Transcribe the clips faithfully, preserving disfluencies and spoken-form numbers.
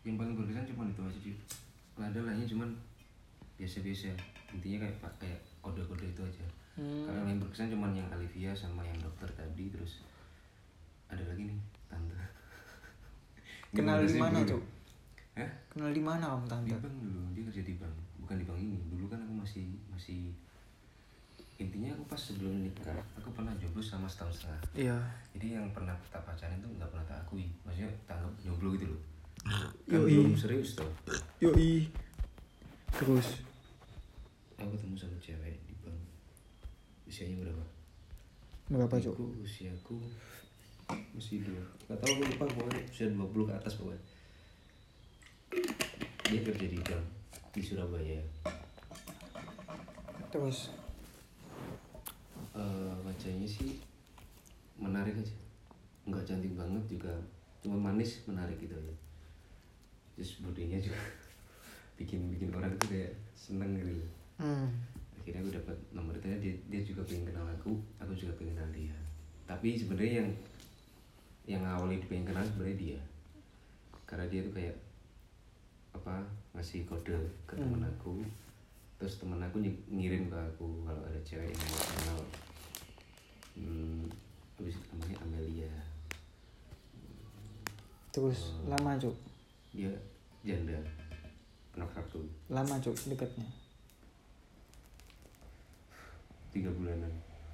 yang paling berkesan cuma itu aja sih. Ada lainnya cuman biasa-biasa, intinya kayak kayak kode-kode itu aja. Hmm. Kalau yang berkesan cuman yang Alivia sama yang dokter tadi, terus ada lagi nih tante. Kenal di mana Cuk? Hah? Kenal di mana kamu tante? Di bank dulu, dia kerja di bank, bukan di bank ini. Dulu kan aku masih masih intinya aku pas sebelum nikah aku pernah jomblo sama setahun setengah. Iya. Jadi yang pernah kita pacaran itu nggak pernah tak akui, maksudnya tanggap jomblo gitu loh. Kan belum serius tuh. Yoi. Terus aku ketemu sama cewek di bank. Usianya berapa? Berapa Cuk? Usiaku masih dua. Gak tau, aku lupa pokoknya usia dua puluh ke atas pokoknya. Dia kerja di bank di Surabaya. Terus uh, wajahnya sih menarik aja, nggak cantik banget juga, cuma manis menarik gitu aja. Terus bodinya juga bikin bikin orang itu kayak seneng gitu. Hmm. Akhirnya aku dapat nomor itu, dia dia juga pengen kenal aku, aku juga pengen kenal dia. Tapi sebenarnya yang yang awalnya pengen kenal sebenarnya dia, karena dia tuh kayak apa ngasih kode ke hmm. teman aku. Terus teman aku ny- ngirim ke aku kalau ada cewek yang mau kenal. Hmm, habis itu namanya Amelia. Terus uh, lama Cuk? Dia janda, anak satu. Lama Cuk dekatnya? Tiga bulanan.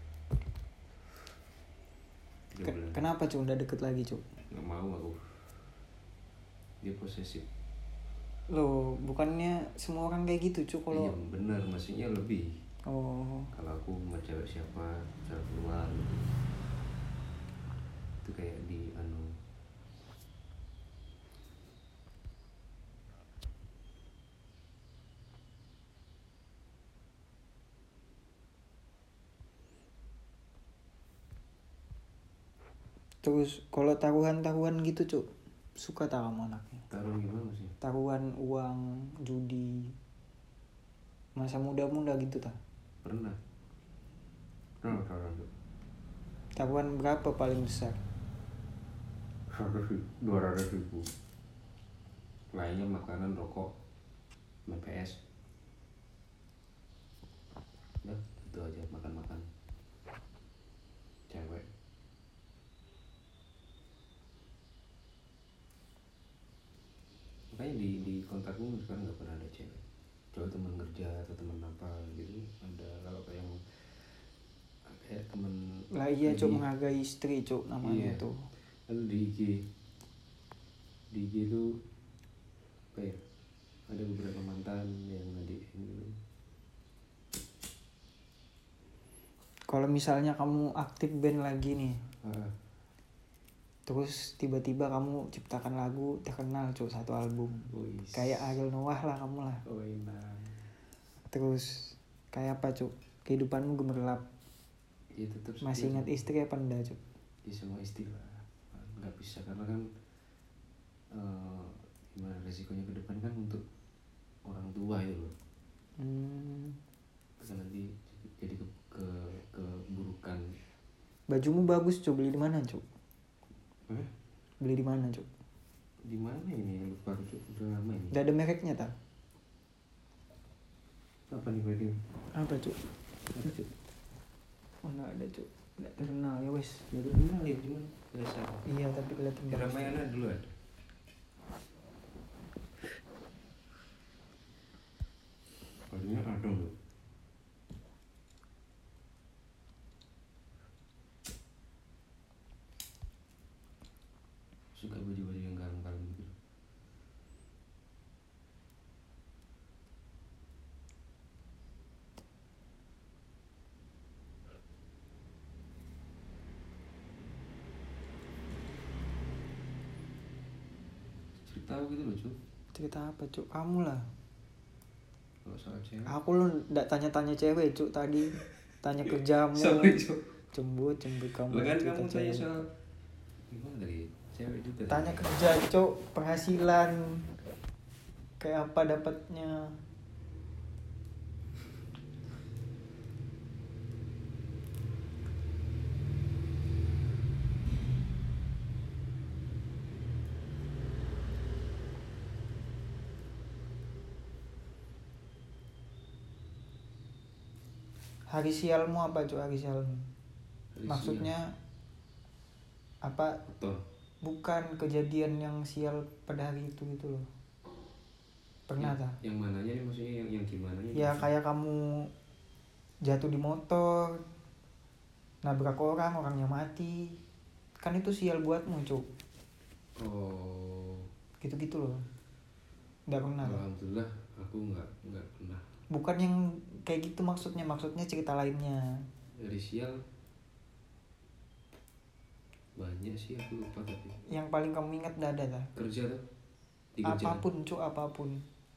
Tiga Ke- bulan. Kenapa Cuk udah deket lagi Cuk? Gak mau aku. Dia posesif. Loh, bukannya semua orang kayak gitu Cuk kalau? Iya benar, maksudnya lebih. Oh. Kalau aku sama cewek siapa, cara keluar itu kayak di anu. Terus kalau taruhan-taruhan gitu Cuk, suka tak kamu anaknya? Taruhan gimana sih? Taruhan uang, judi, masa muda-muda gitu tak? Pernah. Pernah taruhan tuh. Taruhan berapa paling besar? Dua ratus ribu. Lainnya makanan, rokok, main P S. Udah, itu aja, makan-makan. Cewek. Makanya di di kontakku sekarang nggak pernah ada cewek. Coba teman kerja atau teman apa gitu ada. Kalau kayak kayak teman. Lah iya Cuk, menghargai istri Cuk namanya iya. Tuh. Lalu di I G di I G itu apa ya? Ada beberapa mantan yang nanti gitu. Kalau misalnya kamu aktif band lagi nih, ah. terus tiba-tiba kamu ciptakan lagu terkenal Cuk, satu album. Uish. Kayak Ariel Noah lah kamu lah. Oh, enak. Terus kayak apa Cuk? Kehidupanmu gemerlap. Ya, tetap masih ingat istri apa enggak Cuk? Ya semua istri lah. Nggak bisa karena kan uh, gimana resikonya ke depan kan untuk orang tua itu loh. Hmm. Kan nanti jadi ke, ke keburukan. Bajumu bagus Cuk, beli di mana Cuk? Eh? Beli di mana Cuk? Di mana ini? Lupa Cuk, udah lama ini. Udah ada mereknya tak? Apa nih mereknya? Apa Cuk? Apa Cuk? Oh enggak ada Cuk. Enggak terkenal ya wes. Enggak terkenal ya cuman biasa. Iya tapi kelihatan di Ramayana dulu ada. Bajunya ada loh. Suka baju-baju yang kalem-kalem gitu. Cerita gitu loh Cuk. Cerita apa Cuk? Kamu lah. Kalau soal cewek. Aku lu ndak tanya-tanya cewek Cuk tadi. Tanya kerjamu. Sorry Cuk. Cembut, cembut kamu. Lah kan kamu tanya soal gimana tadi? Cewek juga. Tanya kerja Cuk, penghasilan. Kayak apa dapatnya? Hari sialmu apa Cuk, hari sialmu? Hari Maksudnya sial. apa? Betul. Bukan kejadian yang sial pada hari itu gitu loh. Pernah ya, tak? Yang mananya nih maksudnya yang yang gimana? Ya gitu. Kayak kamu jatuh di motor, nabrak orang, orangnya mati. Kan itu sial buatmu Cuk. Oh. Gitu-gitu loh. Nggak pernah. Alhamdulillah aku nggak nggak pernah. Bukan yang kayak gitu maksudnya, maksudnya cerita lainnya. Dari sial banyak sih, aku lupa tapi. Yang paling kamu ingat nggak ada tak? Kerja tuh. Di kerjaan. Apapun Cuk, apapun.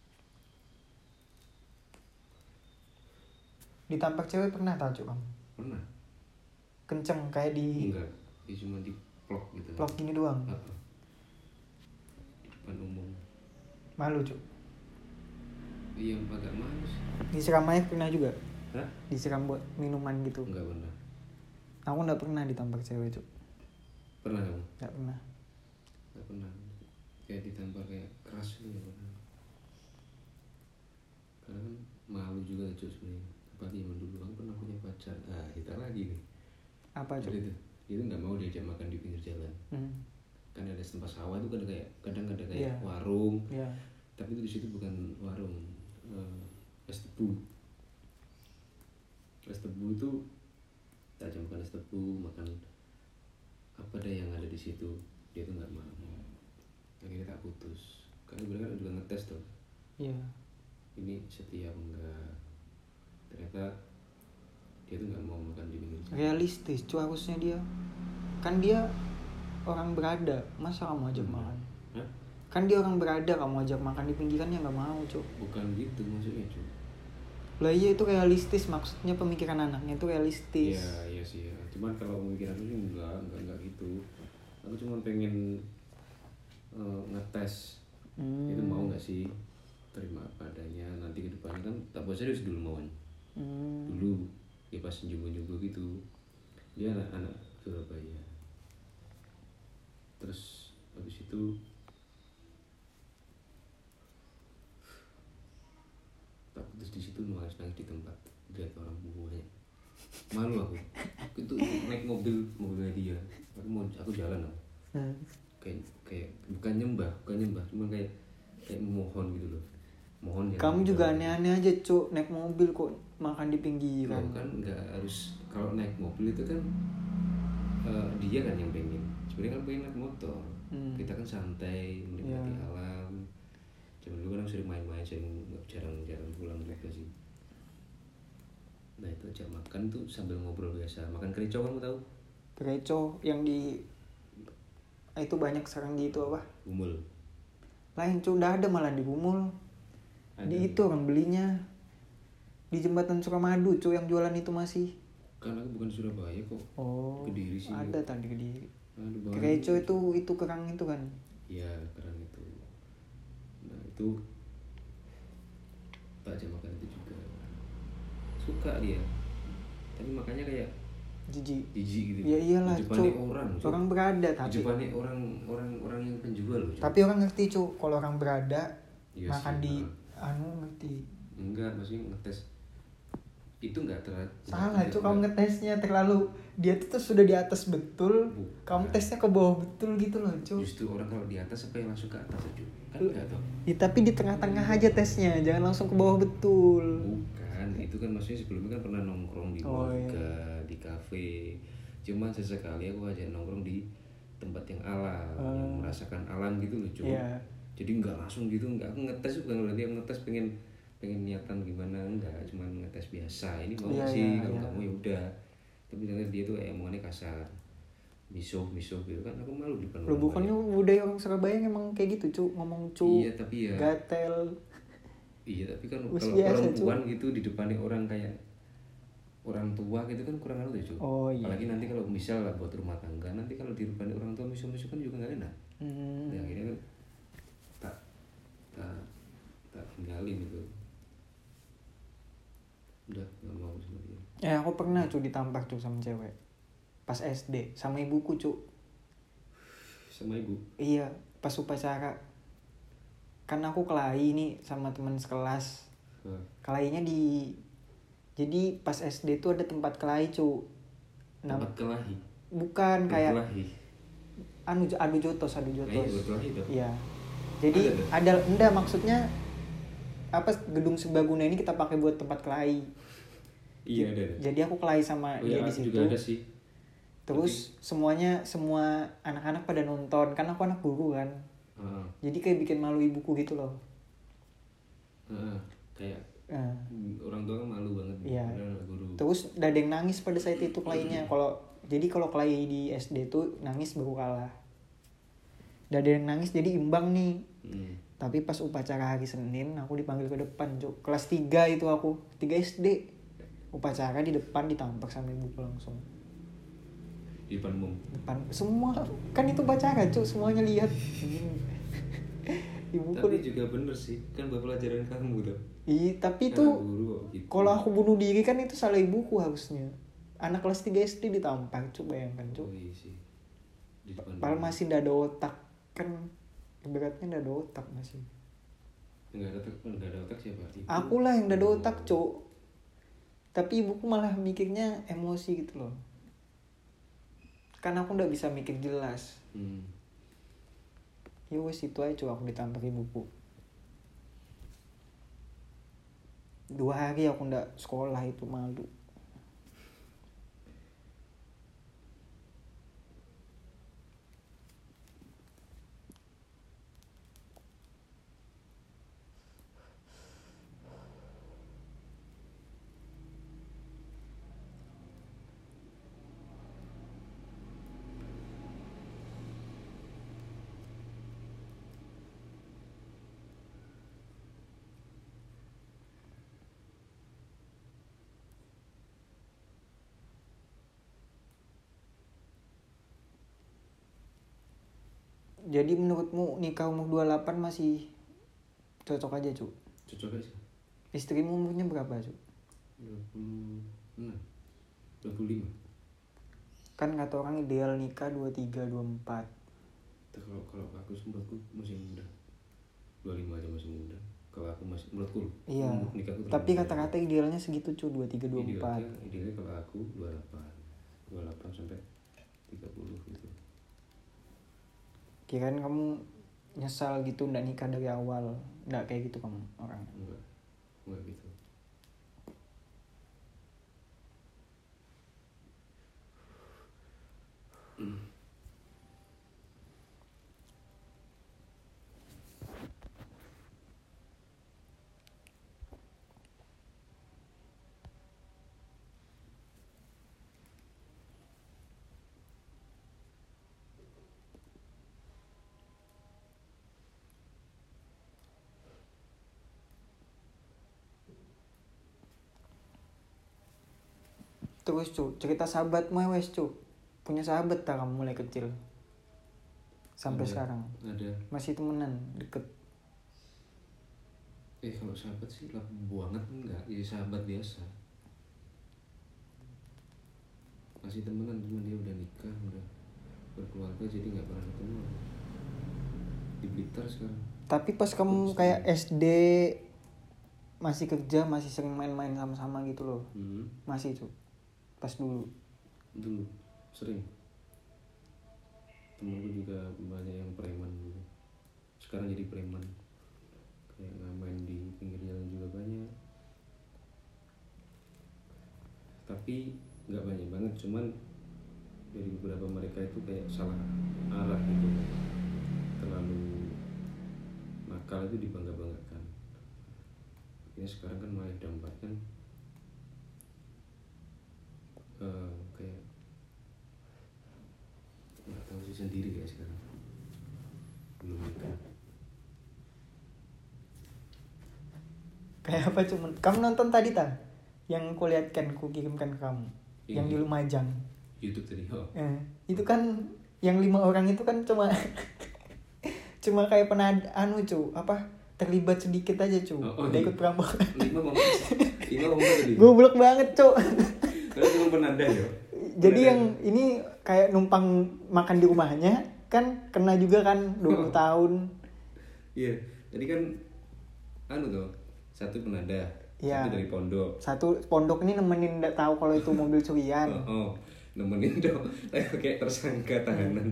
Ditampak cewek pernah tak Cuk kamu? Pernah. Kenceng kayak di. Enggak, ya cuma di vlog gitu. Vlog gini doang. Apa? Di depan umum. Malu Cuk. Iya, agak malu sih. Disiram air pernah juga? Hah? Disiram buat minuman gitu? Enggak pernah. Aku nggak pernah ditampar cewek Cuk. Pernah kamu? Nggak pernah. Nggak pernah. Kayak ditampar kayak keras gitu nggak pernah. Karena kan malu juga Cuk sebenarnya. Apalagi zaman dulu aku pernah punya pacar. Ah, kita lagi nih. Apa Cuk? Itu, itu nggak mau diajak makan di pinggir jalan. Hmm. Kan ada tempat sawah itu kan kayak kadang ada kayak Yeah. warung. Yeah. Tapi itu di situ bukan warung. Uh, es tebu. Es tebu itu tak ajak makan es tebu, makan apa deh yang ada di situ. Dia tuh nggak mau. Akhirnya tak putus. Karena mereka kan juga ngetes tuh. Iya. Yeah. Ini setia apa enggak? Ternyata dia tuh nggak mau makan di pinggir jalan. Realistis Cuk, harusnya dia. Kan dia orang berada, masa kamu ajak hmm. makan? Hah? Kan dia orang berada, kamu ajak makan di pinggiran ya nggak mau Cuk. Bukan gitu maksudnya Cuk. Lah iya itu realistis, maksudnya pemikiran anaknya itu realistis. Iya iya sih ya. Cuman kalau pemikiran aku sih enggak enggak enggak gitu. Aku cuma pengen uh, ngetes hmm. itu mau nggak sih terima apa adanya, nanti ke depannya kan tak buat serius dulu mauan. Hmm. Dulu ya pas jumbo-jumbo gitu. Dia anak-anak Surabaya. Terus habis itu tak putus di situ, nangis-nangis di tempat lihat orang bumbunya. Malu aku. Itu naik mobil mobilnya dia. Aku mau aku jalan aku. Hmm. Kayak kayak bukan nyembah, bukan nyembah, cuma kayak kayak memohon gitu loh. Mohon ya. Kamu juga aneh-aneh aja Cuk, naik mobil kok makan di pinggiran. Oh, kan nggak harus, kalau naik mobil itu kan uh, dia kan yang pengen. Sebenarnya kan pengen naik motor. Hmm. Kita kan santai menikmati yeah. alam. Zaman dulu kan aku sering main-main, sering jarang-jarang pulang juga sih. Nah itu ajak makan tuh sambil ngobrol biasa. Makan kereco kamu tahu? Kereco yang di itu banyak sekarang di itu apa? Bumul. Lain Cuk, udah ada malah di Bumul. Ada. Di itu orang belinya di jembatan Suramadu Cuk, yang jualan itu masih. Kan aku bukan Surabaya kok. Oh. Kediri sih. Ada tadi Kediri. Aduh, kereco itu itu kerang itu kan? Iya kerang itu. Nah itu tak ajak makan itu juga. Suka dia. Tapi makanya kayak jijik. Jijik gitu. Ya iyalah Cuk. Orang. Cuk. Orang berada tapi. Depannya orang orang orang yang penjual loh. Cuk. Tapi orang ngerti Cuk, kalau orang berada ya, makan sih, di nah. anu ngerti. Enggak, maksudnya ngetes itu enggak terlalu salah Cuk, kamu ngetesnya terlalu dia tuh sudah di atas betul. Bukan. Kamu tesnya ke bawah betul gitu loh Cuk. Justru orang kalau di atas apa yang langsung ke atas Cuk? Kan enggak toh. Ya, tapi di tengah-tengah aja tesnya, jangan langsung ke bawah betul. Bukan, itu kan maksudnya sebelumnya kan pernah nongkrong di oh, mall iya. juga, di kafe. Cuman sesekali aku aja nongkrong di tempat yang alam, uh, yang merasakan alam gitu loh Cuk. Yeah. Jadi enggak langsung gitu, enggak aku ngetes bukan berarti aku ngetes pengen pengen niatan gimana, enggak, cuma ngetes biasa. Ini mau yeah, sih yeah, kalau yeah. kamu ya udah. Tapi ternyata dia tuh kayak omongannya kasar. Misuh, misuh gitu kan, aku malu di depan. Loh bukannya budaya orang Surabaya emang kayak gitu Cuk, ngomong Cuk. Iya, tapi ya gatel. Iya, tapi kan kalau perempuan gitu di depannya orang kayak orang tua gitu kan kurang halus Cuk. Oh, iya. Apalagi nanti kalau misal lah buat rumah tangga, nanti kalau di depan orang tua misuh-misuh kan juga enggak enak. Hmm. Ya akhirnya kan tak tak tak tinggalin itu. Udah nggak mau sama dia. Eh aku pernah Cuk ditampar Cuk sama cewek pas S D sama ibuku Cuk. Sama ibu? Iya pas upacara kan aku kelahi nih sama teman sekelas. Hmm. Kelahinya di Jadi pas S D tuh ada tempat kelahi cu. Nam- Tempat kelahi. bukan Tempat kayak kelahi. anu adu jotos adu Nah, iya, jotos. buat kelahi tuh. Iya. Jadi Ada ada enggak maksudnya apa gedung serbaguna ini kita pakai buat tempat kelahi. Iya ada. ada. Jadi aku kelahi sama Oh, dia ya, di aku situ. juga ada sih. Terus semuanya semua anak-anak pada nonton kan aku anak guru kan. Heeh. Jadi kayak bikin malu ibuku gitu loh. Heeh. Kayak Nah, orang tua kan malu banget. Iya. Padahal anak guru. terus ada yang nangis pada saat itu kelahinya. Kalau jadi kalau kelahi di S D tuh nangis baru kalah. Ada yang nangis jadi imbang nih. Hmm. Tapi pas upacara hari Senin aku dipanggil ke depan, Cuk. Kelas tiga itu aku, tiga S D. Upacara di depan ditampak sama ibuku langsung. Di depan umum. Depan semua kan itu upacara, Cuk, semuanya lihat. Ibuku Tapi juga bener sih, kan buat pelajaran kamu tuh. Ih, tapi itu Anak guru kok gitu. kalau aku bunuh diri kan itu salah ibuku harusnya. Anak kelas tiga S D ditampar, Cuk, bayangkan, Cuk. Oh iya sih. Di depan Padahal umum. masih ndak ada otak kan, ibaratnya ndak ada otak masih. Nggak ada otak, nggak ada otak siapa? Ibu. Aku lah yang ndak ada otak, Cuk. Tapi ibuku malah mikirnya emosi gitu loh. Kan aku ndak bisa mikir jelas. Hmm. Ya wes itu aja, Cuk, aku ditampar ibuku. Dua hari aku ndak sekolah itu malu. Jadi menurutmu nikah umur dua puluh delapan masih cocok aja, Cuk? Cocok aja. Istrimu umurnya berapa, Cuk? dua puluh enam. dua puluh lima. Kan kata orang ideal nikah dua puluh tiga, dua puluh empat. Tuh, kalau kalau aku menurutku masih muda. dua puluh lima aja masih muda. Kalau aku masih menurutku. Iya. Menurut nikahku terlalu Tapi muda. kata-kata idealnya segitu, Cuk, dua puluh tiga, dua puluh empat. Idealnya, idealnya kalau aku dua puluh delapan. dua puluh delapan sampai tiga puluh gitu. Kirain kamu nyesal gitu ndak nikah dari awal. Ndak kayak gitu kamu orang. Enggak. Enggak gitu. Hmm. Terus, Cuk, cerita sahabatmu wes, Cuk. Punya sahabat tak kamu mulai kecil? Sampai Ada. sekarang. Ada. Masih temenan, deket. Eh kalau sahabat sih lah banget enggak, ya sahabat biasa. Masih temenan, cuma dia udah nikah, udah berkeluarga jadi nggak pernah ketemu. Di Blitar sekarang. Tapi pas kamu kayak S D masih kerja, masih sering main-main sama-sama gitu loh. Hmm. Masih, Cuk. Pas dulu. Dulu sering. Temenku juga banyak yang preman dulu. Sekarang jadi preman. Kayak main di pinggir jalan juga banyak. Tapi nggak banyak banget, cuman dari beberapa mereka itu kayak salah arah gitu, terlalu nakal itu dibangga-banggakan. Akhirnya sekarang kan malah dampakkan uh, kayak nggak tahu sih sendiri kayak sekarang belum nikah. Kayak apa, cuman kamu nonton tadi tak? Yang kulihatkan, ku kirimkan ke kamu. Ini. Yang di Lumajang. YouTube tadi. Oh. Eh, itu kan yang lima orang itu kan cuma cuma kayak pernah anu, cu, apa terlibat sedikit aja, cu. Oh, oh, Udah iya. ikut perampokan. Lima ngomong, lima ngomong tadi. Goblok banget, cu. Karena cuma penanda ya. Jadi yang ini kayak numpang makan di rumahnya kan kena juga kan dua puluh tahun. Iya, tadi kan anu tuh satu penada, Iya. Satu dari pondok. Satu pondok ini nemenin nggak tahu kalau itu mobil curian. Oh, oh. nemenin dong. Kayak tersangka tahanan.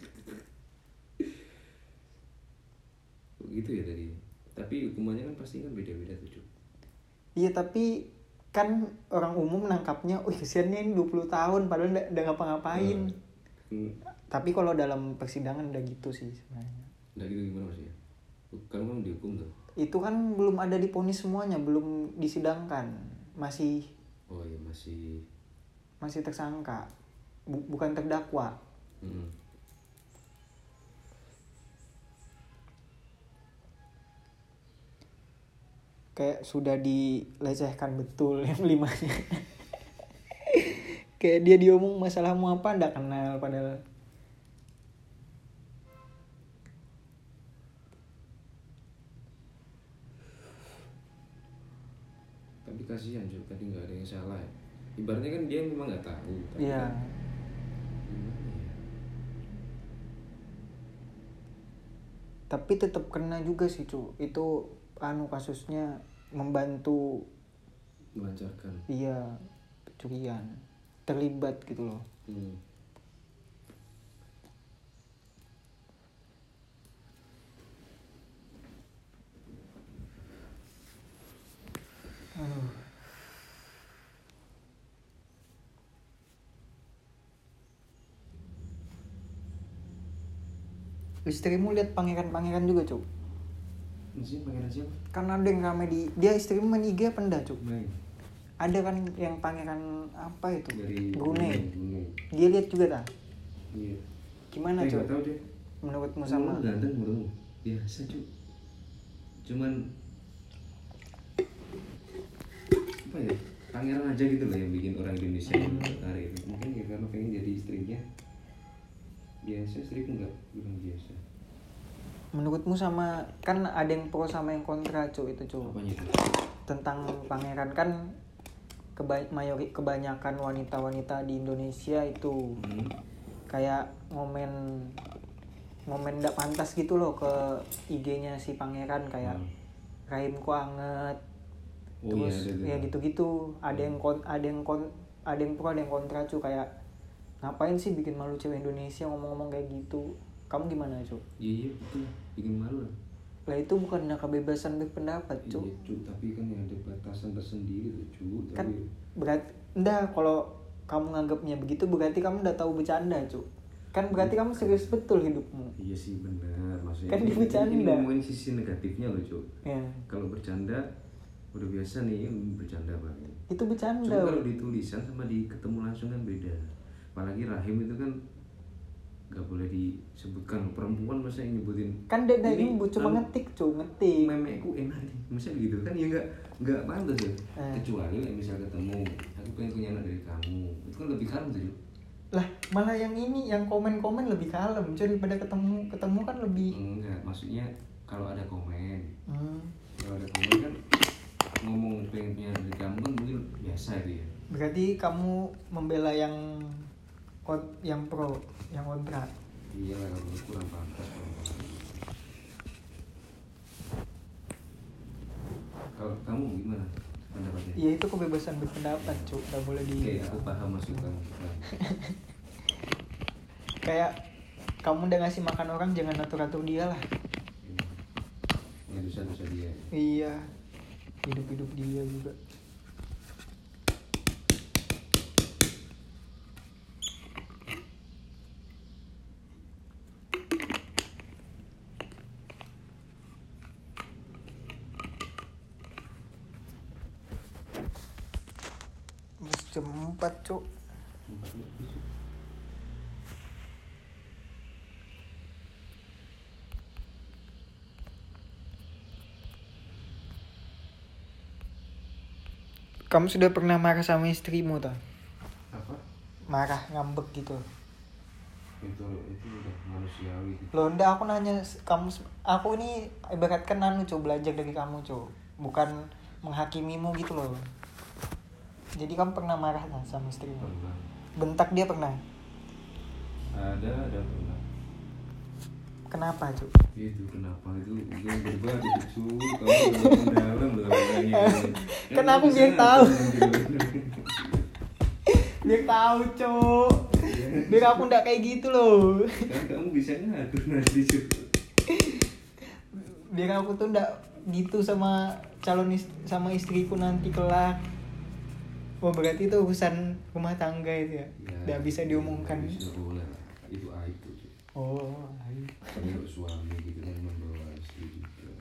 Gitu ya tadi. Tapi hukumannya kan pasti kan beda-beda tuh, Cuk. Iya, tapi kan orang umum nangkapnya, wih kesiannya ini dua puluh tahun padahal udah, udah ngapa-ngapain. Hmm. Tapi kalau dalam persidangan udah gitu sih sebenarnya. Udah gitu gimana maksudnya? Kan kan dihukum tuh. Itu kan belum ada diponis semuanya, belum disidangkan. Masih Oh iya masih masih tersangka. Bu- bukan terdakwa. hmm. Kayak sudah dilecehkan betul yang limanya. Kayak dia diomong masalahmu apa ndak kenal padahal. Tapi kasihan Cuk, tadi nggak ada yang salah ya. Ibaratnya kan dia memang nggak tahu. Tapi Iya. kan, gimana ya? Tapi tetap kena juga sih, Cu. Itu anu kasusnya membantu Melancarkan. iya pencurian. Terlibat gitu loh. Hmm. Aduh. Istrimu lihat pangeran-pangeran juga, Cuk. Maksudnya pangeran siapa? Kan ada yang rame di dia istrimu main I G apa enggak, Cuk? Main. Ada kan yang pangeran apa itu? Dari Brunei. Brunei. Dia lihat juga tak? Iya. Gimana, Eh, Cuk? nggak tahu deh. Menurutmu Sama sama? ganteng menurutmu? Biasa Cuk. Cuman apa ya? Pangeran aja gitu loh yang bikin orang Indonesia yang tertarik. Mungkin ya karena pengen jadi istrinya. Biasa istriku nggak bilang biasa. Menurutmu sama kan ada yang pro sama yang kontra, Cuk, itu, Cuk. Apanya itu? Tentang pangeran kan keba- mayori kebanyakan wanita-wanita di Indonesia itu Hmm. kayak ngomen ngomen ndak pantas gitu loh ke I G-nya si pangeran kayak Hmm. rahimku anget. Oh, Terus iya, ada, ya ada. gitu-gitu. Ada yang kon, ada yang kon, ada yang pro ada yang kontra, Cu, kayak ngapain sih bikin malu cewek Indonesia ngomong-ngomong kayak gitu. Kamu gimana, Cu? Iya iya betul. Bikin malu lah. Lah itu bukan kebebasan berpendapat, Cu. Iya Cuk, tapi kan ada batasan tersendiri tuh Cuk. Kan Tapi berat enggak kalau kamu nganggapnya begitu berarti kamu udah tahu bercanda, Cuk. Kan berarti kamu serius betul hidupmu. iya sih benar maksudnya. Kan dia ini- bercanda. Ini ngomongin sisi negatifnya loh Cuk. Ya. Kalau bercanda udah biasa nih hmm, bercanda banget. Itu bercanda. Cuma kalau di tulisan sama di ketemu langsung kan beda. Apalagi rahim itu kan nggak boleh disebutkan perempuan masa yang nyebutin. Kan dia dari Ini, ini cuma anu, ngetik, Cuk, ngetik. memekku enak nih misalnya gitu kan ya nggak nggak pantas ya. Eh. Kecuali lah misal ketemu aku pengen punya anak dari kamu itu kan lebih kalem tuh Cuk. Lah, malah yang ini yang komen-komen lebih kalem, Cuk, daripada ketemu ketemu kan lebih. Enggak maksudnya kalau ada komen Hmm. kalau ada komen kan ngomong pengen punya anak dari kamu kan mungkin biasa itu ya. Berarti kamu membela yang kon- yang pro, yang kontra. Iya lah kalau kurang pantas kurang pantas. Kalau kamu gimana pendapatnya? Iya, itu kebebasan berpendapat, Cuk, enggak boleh di Oke, aku paham masukan. kayak kamu udah ngasih makan orang jangan atur-atur dia lah. Ya dosa-dosa dia. Iya. Hidup-hidup dia juga. Mas jam empat, Cuk. Kamu sudah pernah marah sama istrimu tuh? Apa? Marah, ngambek gitu. Itu itu udah manusiawi gitu. Loh, enggak, aku nanya kamu, aku ini ibaratkan anu, Cuk, belajar dari kamu, Cuk. Bukan menghakimimu gitu loh. Jadi kamu pernah marah lah sama istrimu? Pernah. Bentak dia pernah? Ada ada pernah. Kenapa cuk? Itu kenapa itu yang berbeda itu kamu udah dalam loh orangnya. Kan aku biar tahu. Biar tahu cuk. Biar aku ndak kayak gitu loh. Kan kamu bisa ngatur nanti cuk. Biar aku tuh ndak gitu sama calon ist- sama istriku nanti kelak. Oh berarti itu urusan rumah tangga itu ya? Ndak bisa diomongkan. Sudah boleh lah. Itu aib tuh cuk. Oh, Kalau suami gitu kan membawa istri juga.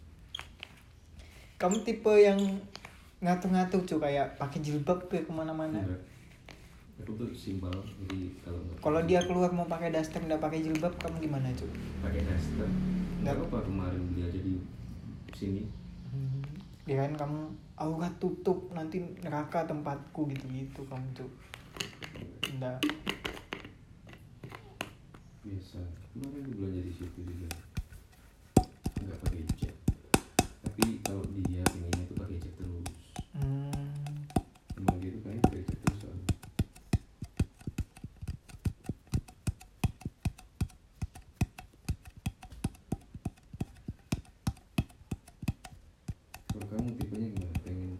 kamu tipe yang ngatur-ngatur cuy kayak pakai jilbab ke kemana-mana. Enggak. Aku tuh simpel jadi kalau nggak- Kalau dia keluar mau pakai daster nggak pakai jilbab kamu gimana cuy? pakai daster. Enggak apa kemarin dia jadi sini. Hmm, dia kan kamu aurat tutup nanti neraka tempatku gitu-gitu kamu cuy. Nggak. Biasa. Kemarin gue belanja di situ juga. Enggak pakai cat. Tapi kalau dia pengennya tuh pakai cat terus. Hmm, Emang dia tuh kayaknya pakai cat terus soalnya. Kalau kamu tipenya gimana? Pengen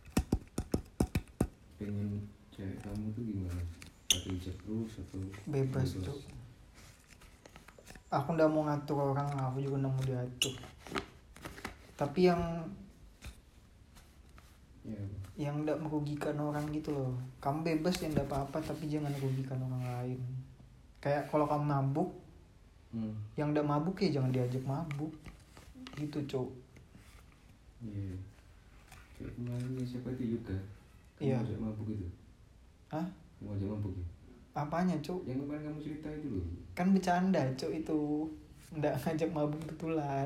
pengen cewek kamu tuh gimana? Pakai cat terus atau bebas cuy. Aku nggak mau ngatur orang, aku juga nggak mau diatur. Tapi yang ya yang nggak merugikan orang gitu loh. Kamu bebas ya nggak apa-apa tapi jangan merugikan orang lain. Kayak kalau kamu mabuk, hmm. yang nggak mabuk ya jangan diajak mabuk. Gitu cok. Iya. Kayak kemarin ya, siapa itu Yuga? Kamu Iya. ajak mabuk itu? Hah? Kamu ajak mabuk ya? Apanya cok? Yang kemarin kamu cerita itu loh. Kan bercanda cok itu. Nggak ngajak mabuk betulan.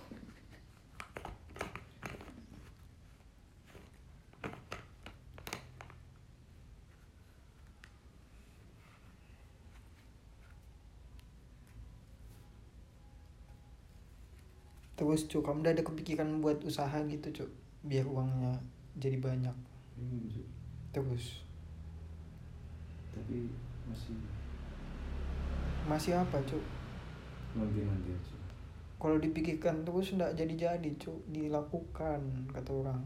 Terus cok, kamu udah ada kepikiran buat usaha gitu cok, biar uangnya jadi banyak. Hmm, Cuk. Terus Tapi masih masih apa cok? nanti nanti aja. Kalau dipikirkan terus nggak jadi-jadi cok, dilakukan kata orang.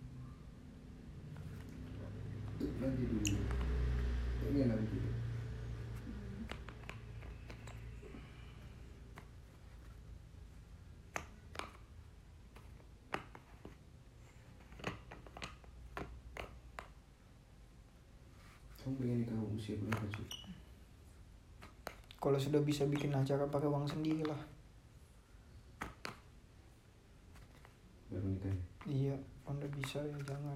Nanti dulu. Ini nanti dulu. Kamu pengen nikah usia berapa Cuk? Kalau sudah bisa bikin acara pakai uang sendiri lah. Baru nikah ya? Iya, kalau nggak bisa ya jangan.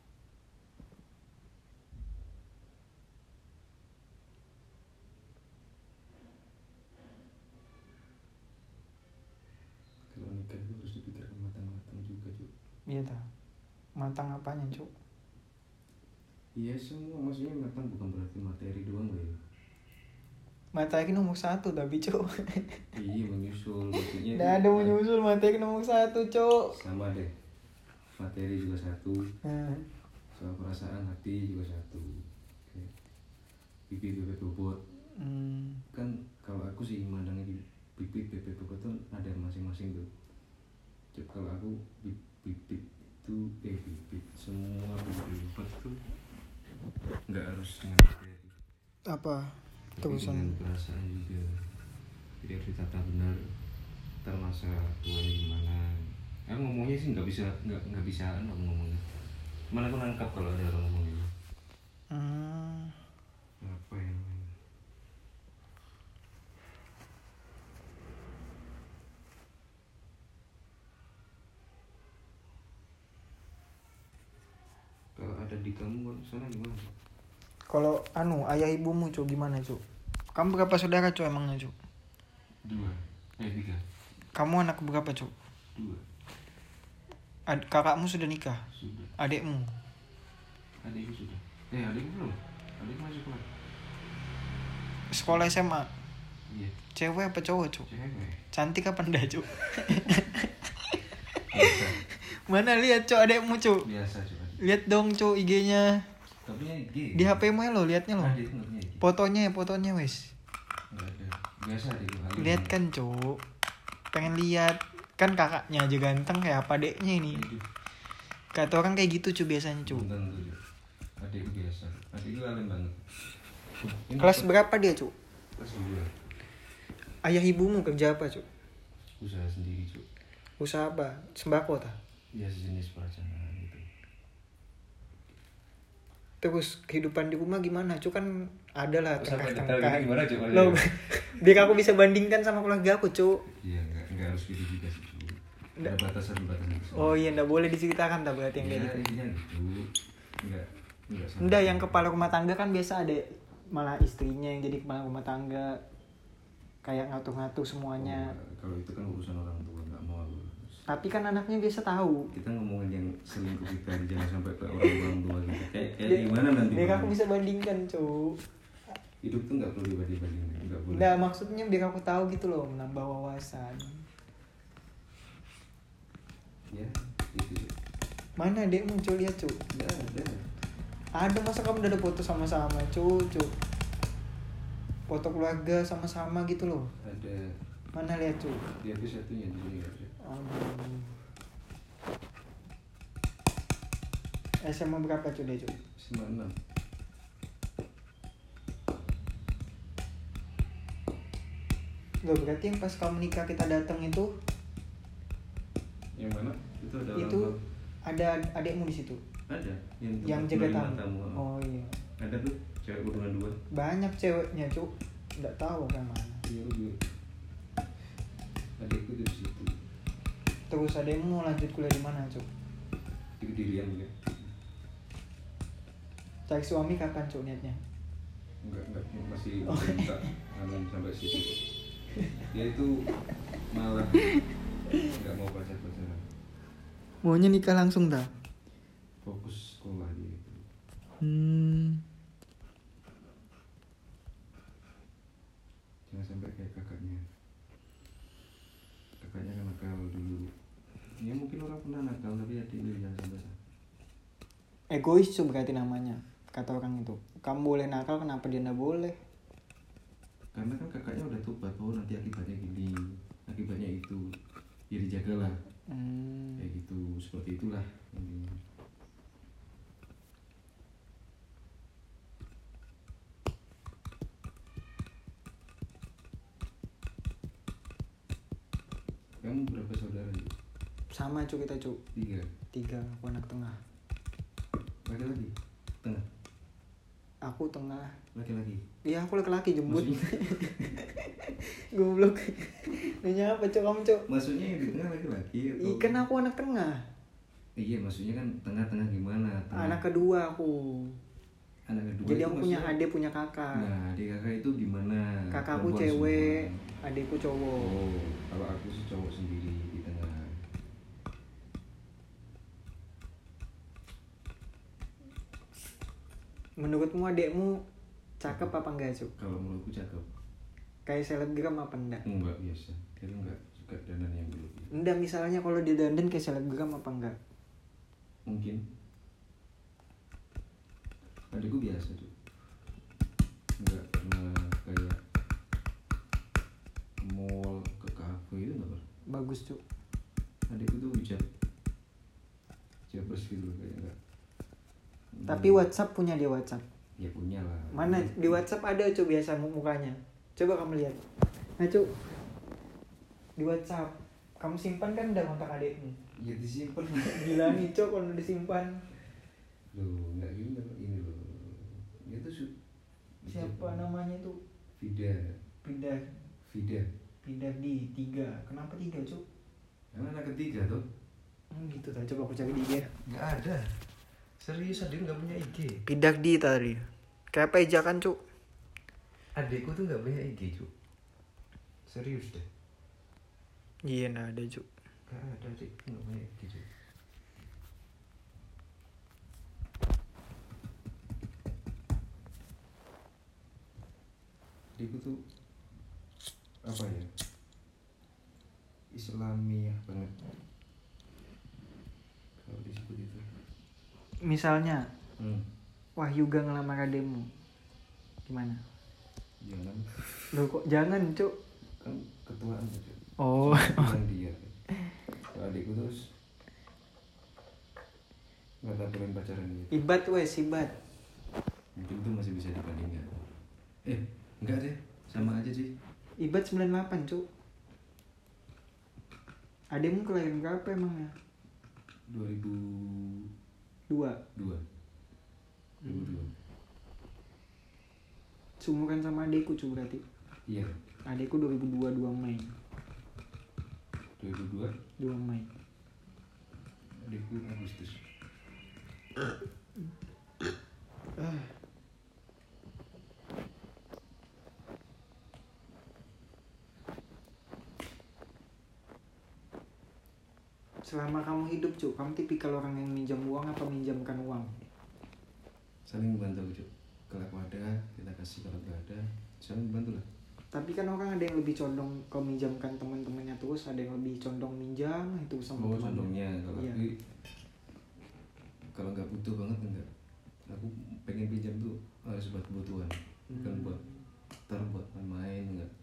Kalau nikah itu harus dipikirkan matang-matang juga Cuk. Iya ta. Matang apanya cok? Iya semua maksudnya matang bukan berarti materi doang loh ya. Materi nomor satu tapi cok. Iya menyusul maksudnya. Nggak ada menyusul materi nomor satu cok. Sama deh. Materi juga satu. Hmm. Soal perasaan hati juga satu. Oke. Pipi bebek bobot. Hmm. Kan kalau aku sih mandangnya di bibit bebek bobot tuh ada masing-masing tuh. Cuk kalau aku bi- bibit itu eh bibit semua bibit bobot tuh nggak harus dengan materi. Apa? Tapi Terusan. dengan perasaan juga. Jadi harus ditata benar. Ntar masa tuanya gimana? Aku ngomongnya sih nggak bisa nggak nggak bisa aku ngomongnya. Mana aku nangkap kalau ada orang ngomong gitu. Hmm. Apa ya namanya? Kalau ada di kamu sana gimana? Kalau anu ayah ibumu cok gimana cok? Kamu berapa saudara cok emangnya cok? Dua, eh tiga, Kamu anak berapa cok? dua, Ad- kakakmu sudah nikah? sudah. Adekmu? Adikku sudah. Eh adikku belum. Adikku masih sekolah. Sekolah S M A? Iya. Cewek apa cowok cok? Cewek. Cantik apa enggak cok? Biasa. Mana lihat cok adekmu cok? Biasa coba. Lihat dong cok I G-nya. Tapi ya G. Di H P-mu ya lo liatnya lo. Adik ngertinya G. Fotonya fotonya wes. Enggak ada. Biasa adikku. Adikku Lihat mana? kan cok. pengen lihat. Kan kakaknya aja ganteng kayak apa adeknya ini. Kata orang kayak gitu cu biasanya cu. Belum tentu cu. Adikku biasa. Adikku alim banget. Ini Kelas apa? berapa dia cu? Kelas dua. Ayah ibumu kerja apa cu? Usaha sendiri cu. Usaha apa? Sembako tah? Ya sejenis perencanaan gitu. Terus kehidupan di rumah gimana cu? Kan ada lah Terus apa tengkar-tengkar. detail gini gimana, Cuk? Loh, biar aku bisa bandingkan sama keluarga aku cu. Iya enggak enggak harus gitu juga sih cu. Ada batasan-batasan. Oh iya ndak boleh diceritakan tak berarti yang ya, kayak gitu. intinya gitu. Enggak enggak sama. Ndak, yang kepala rumah tangga kan biasa ada malah istrinya yang jadi kepala rumah tangga. Kayak ngatur-ngatur semuanya. Oh, kalau itu kan urusan orang tua, enggak mau aku. Tapi kan anaknya biasa tahu. Kita ngomongin yang selingkuh kita jangan sampai ke orang-orang tua gitu. Kayak kayak gimana nanti? Biar aku bisa bandingkan cu. Hidup tuh enggak perlu dibanding-bandingin, enggak boleh. Nggak, maksudnya biar aku tahu gitu loh, menambah wawasan. Ya, gitu. Mana adekmu cu, lihat cu. Enggak ada. Ada, masa kamu udah ada foto sama-sama cu, cu. Foto keluarga sama-sama gitu loh. Ada. Mana lihat cu. Dia tuh satunya di sini enggak ada. Aduh. S M A berapa cu dia cu? sembilan puluh enam. Loh, berarti yang pas kamu nikah kita datang itu Yang mana? Itu ada orang itu tua. ada adekmu di situ. Ada. Yang, Yang tempat jaga menerima tamu. Oh iya. Ada tuh cewek hubungan dua. Banyak ceweknya cu. Nggak tahu kan mana. Iya juga. Adikku tuh di situ. Terus adekmu lanjut kuliah di mana cu? Di Kedirian ya. Cari suami kapan cu niatnya? Enggak enggak masih Oh. minta anu sampai situ. Dia itu malah enggak mau pacar-pacaran. Maunya nikah langsung dah. Fokus sekolah dia itu. Hmm. Jangan sampai kayak kakaknya. Kakaknya kan nakal dulu. Ya mungkin orang pernah nakal tapi adiknya jangan sampai. Egois cu berarti namanya. Kata orang itu. Kamu boleh nakal, kenapa dia nggak boleh? Karena kan kakaknya udah tobat, oh nanti akibatnya gini, akibatnya itu, ya dijagalah. Hmm. Kayak gitu, seperti itulah intinya. Kamu berapa saudara? Sama cu kita cu. Tiga. Tiga, aku anak tengah. Laki-laki? Tengah? Aku tengah. Laki-laki? Iya aku laki-laki jembut. Maksudnya? Goblok. Nanya apa cu kamu cu? Maksudnya yang di tengah laki-laki atau? Ih, kan aku anak tengah. Iya maksudnya kan tengah-tengah gimana? Tengah. Anak kedua aku. Anak kedua. Jadi itu aku punya maksudnya- adik punya kakak. Nah adik kakak itu gimana? Kakakku Perempuan cewek, semua. adikku cowok. Oh, kalau aku sih cowok sendiri di tengah. Menurutmu adikmu cakep apa enggak cu? Kalau menurutku cakep. Kayak selebgram apa enggak? Enggak biasa. Dia tuh enggak suka dandan yang berlebihan. Enggak, misalnya kalau dia dandan kayak selebgram apa enggak? Mungkin. Adikku biasa tuh. Enggak pernah kayak ke mall, ke kafe itu enggak pernah. Bagus cu. Adikku tuh hijab. Hijabers gitu loh kayak enggak. Tapi WhatsApp punya dia WhatsApp. Ya punya lah. Mana di WhatsApp ada cu biasa mu- mukanya. Coba kamu lihat. Nah cu, di WhatsApp kamu simpan kan udah kontak adikmu. Ya disimpan. Gila nih cu kalau disimpan. Loh, enggak gitu ini loh. Dia tuh su- Siapa namanya tuh? Vida. Pindah Vida. pindah di tiga. Kenapa tiga cu? Karena anak ketiga tuh. Hmm, gitu tadi coba aku cari di dia. Enggak ada. Serius adikku nggak punya I G. Pindah di tadi. Kayak apa ejakan cu? Adikku tuh nggak punya I G cu. Serius deh. Iya nggak ada cu. Gak ada adikku nggak punya I G cu. Adikku tuh apa ya? Islamiah banget. Kalau disebut itu. Misalnya Hmm. Wahyu gak ngelamar adekmu, gimana? Jangan. Loh kok jangan cu? Kan ketuaan aja. Oh. Bilang dia. Kalau adikku terus nggak tak pengen pacaran gitu. Ibat wes, ibat. Mungkin itu masih bisa dibandingkan. Eh, enggak deh, sama aja sih. Ibat sembilan puluh delapan, Cuk. Adekmu kelahiran berapa emangnya? dua ribu Dua. dua. dua ribu dua. Seumuran sama adekku, Cuk, berarti. Iya. Adekku dua ribu dua, dua Mei. dua ribu dua. dua Mei. Adikku Agustus. Ah. Selama kamu hidup, Cuk, kamu tipikal orang yang minjam uang atau minjamkan uang? Saling bantu, Cuk. Kalau aku ada, kita kasih. Kalau nggak ada, saling bantu lah. Tapi kan orang ada yang lebih condong ke minjamkan teman-temannya terus, ada yang lebih condong minjam itu sama Oh, temannya. condongnya. Kalau Iya. aku, kalau nggak butuh banget enggak. Aku pengen pinjam tuh harus buat kebutuhan, bukan Hmm. buat ntar buat main-main enggak.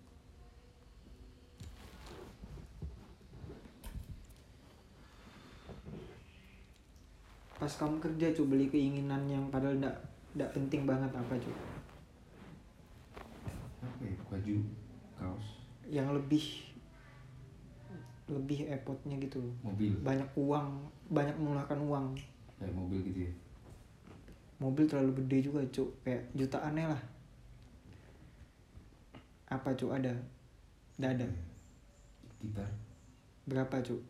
Pas kamu kerja, Cuk, beli keinginan yang padahal ndak ndak penting banget apa, Cuk? Apa ya? Baju, kaos, Yang lebih lebih effort-nya gitu. mobil, Banyak uang, banyak mengeluarkan uang. kayak mobil gitu ya. Mobil terlalu gede juga, Cuk. Kayak jutaan lah. Apa, Cuk, ada? Nggak ada. Gitar, Berapa, Cuk?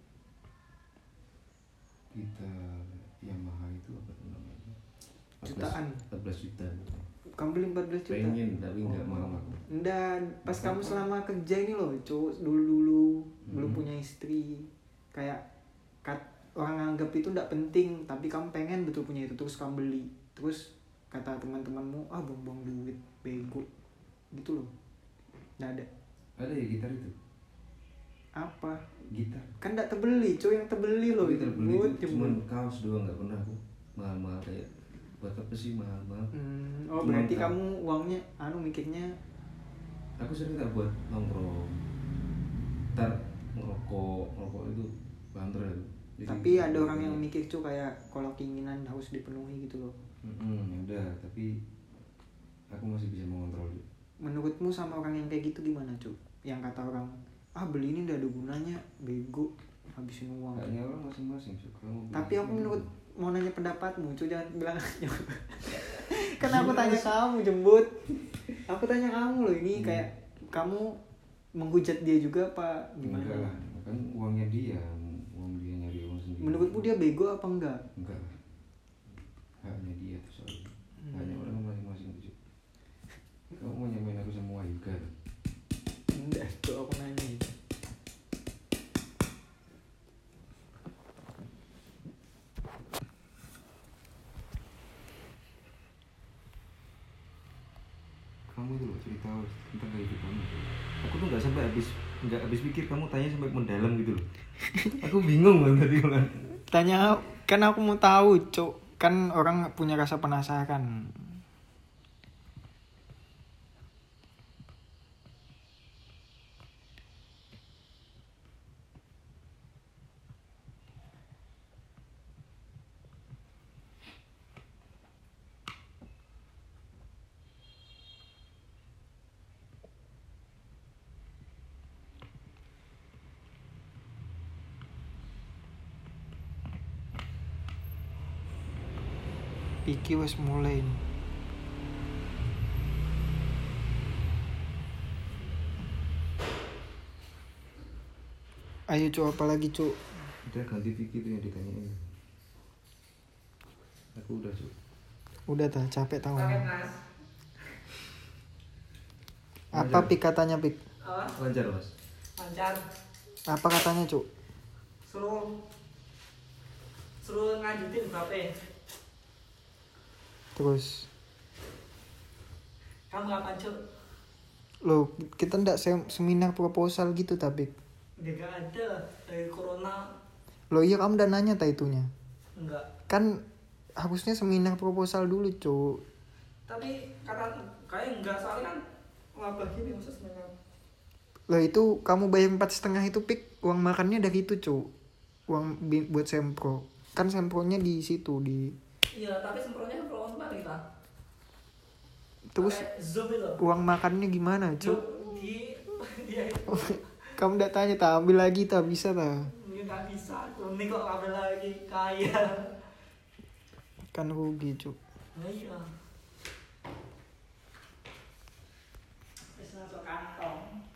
gitar Yamaha itu apa tuh namanya? Jutaan. empat belas juta. Kamu beli empat belas juta? Pengen tapi nggak mau aku. Nggak, pas kamu selama kerja ini loh, Cuk, dulu-dulu Hmm. belum punya istri. Kayak kat, orang anggap itu nggak penting, tapi kamu pengen betul punya itu, terus kamu beli. Terus kata teman-temanmu, ah buang-buang duit, bego. Gitu loh. Nggak ada. Ada ya gitar itu? Apa? Gitar. Kan nggak terbeli, Cuk, yang terbeli loh. Tapi terbeli Buat itu jemur. cuma kaos doang, nggak pernah aku mahal-mahal kayak buat apa sih mahal-mahal. Hmm, oh Cuman berarti ka- kamu uangnya, anu mikirnya, Aku sering tak buat nongkrong, ntar ngerokok, ngerokok itu banter itu. Jadi- tapi ada orang yang mikir, Cuk, kayak kalau keinginan harus dipenuhi gitu loh. Mm-mm, udah, tapi aku masih bisa mengontrol. Menurutmu sama orang yang kayak gitu gimana, Cuk? Yang kata orang, ah beli ini udah ada gunanya, bego, habisin uang. Kayaknya orang masing-masing. So, kamu Tapi aku beli- menurut mau nanya pendapatmu, Cuk, jangan bilang kan aku tanya kamu, jembut. Aku tanya kamu loh, ini Hmm. kayak kamu menghujat dia juga apa Enggak gimana? lah, kan uangnya dia, uang dia nyari uang sendiri. Menurutmu dia bego apa enggak? Enggak lah, haknya dia tuh soalnya. Hmm. Hanya orang masing-masing tuh. Kamu mau nyamain aku sama Wahyu kan? Enggak, itu aku nanya. Kamu itu loh cerita tentang kehidupan. Aku tuh nggak sampai habis nggak habis pikir, kamu tanya sampai mendalam gitu loh. Aku bingung kan tadi kan. Tanya, kan aku mau tahu, Cuk. Kan orang punya rasa penasaran. Iki wes mulai. Ayo, Cuk, apa lagi, Cuk? Udah ganti Vicky tuh yang ditanyain. Aku udah cuy. Udah dah, capek tahu. Paket mas. Apa Pik katanya, Pik? Apa? Lancar mas. Lancar. Apa katanya, Cuk? Suruh suruh ngajutin berapa? Terus Kamu kapan cuk? lo kita ndak se- seminar proposal gitu tapi Udah gak ada dari corona. lo iya kamu udah nanya tak itunya Enggak. kan harusnya seminar proposal dulu, Cuk. Tapi kata kayak enggak, soalnya kan wabah gini maksudnya. Loh itu kamu bayar empat setengah itu pik, uang makannya dari itu cu, uang bi- buat sempro, kan sempronya di situ di. Iya, tapi sempronya sempro online kita. Terus Pakai Zoom itu. uang makannya gimana cu? Zoom di dia itu. Kamu udah tanya tak ambil lagi tak bisa tak? Ini nggak bisa. Ini kok ambil lagi kaya. Kan rugi cu. Nah, iya.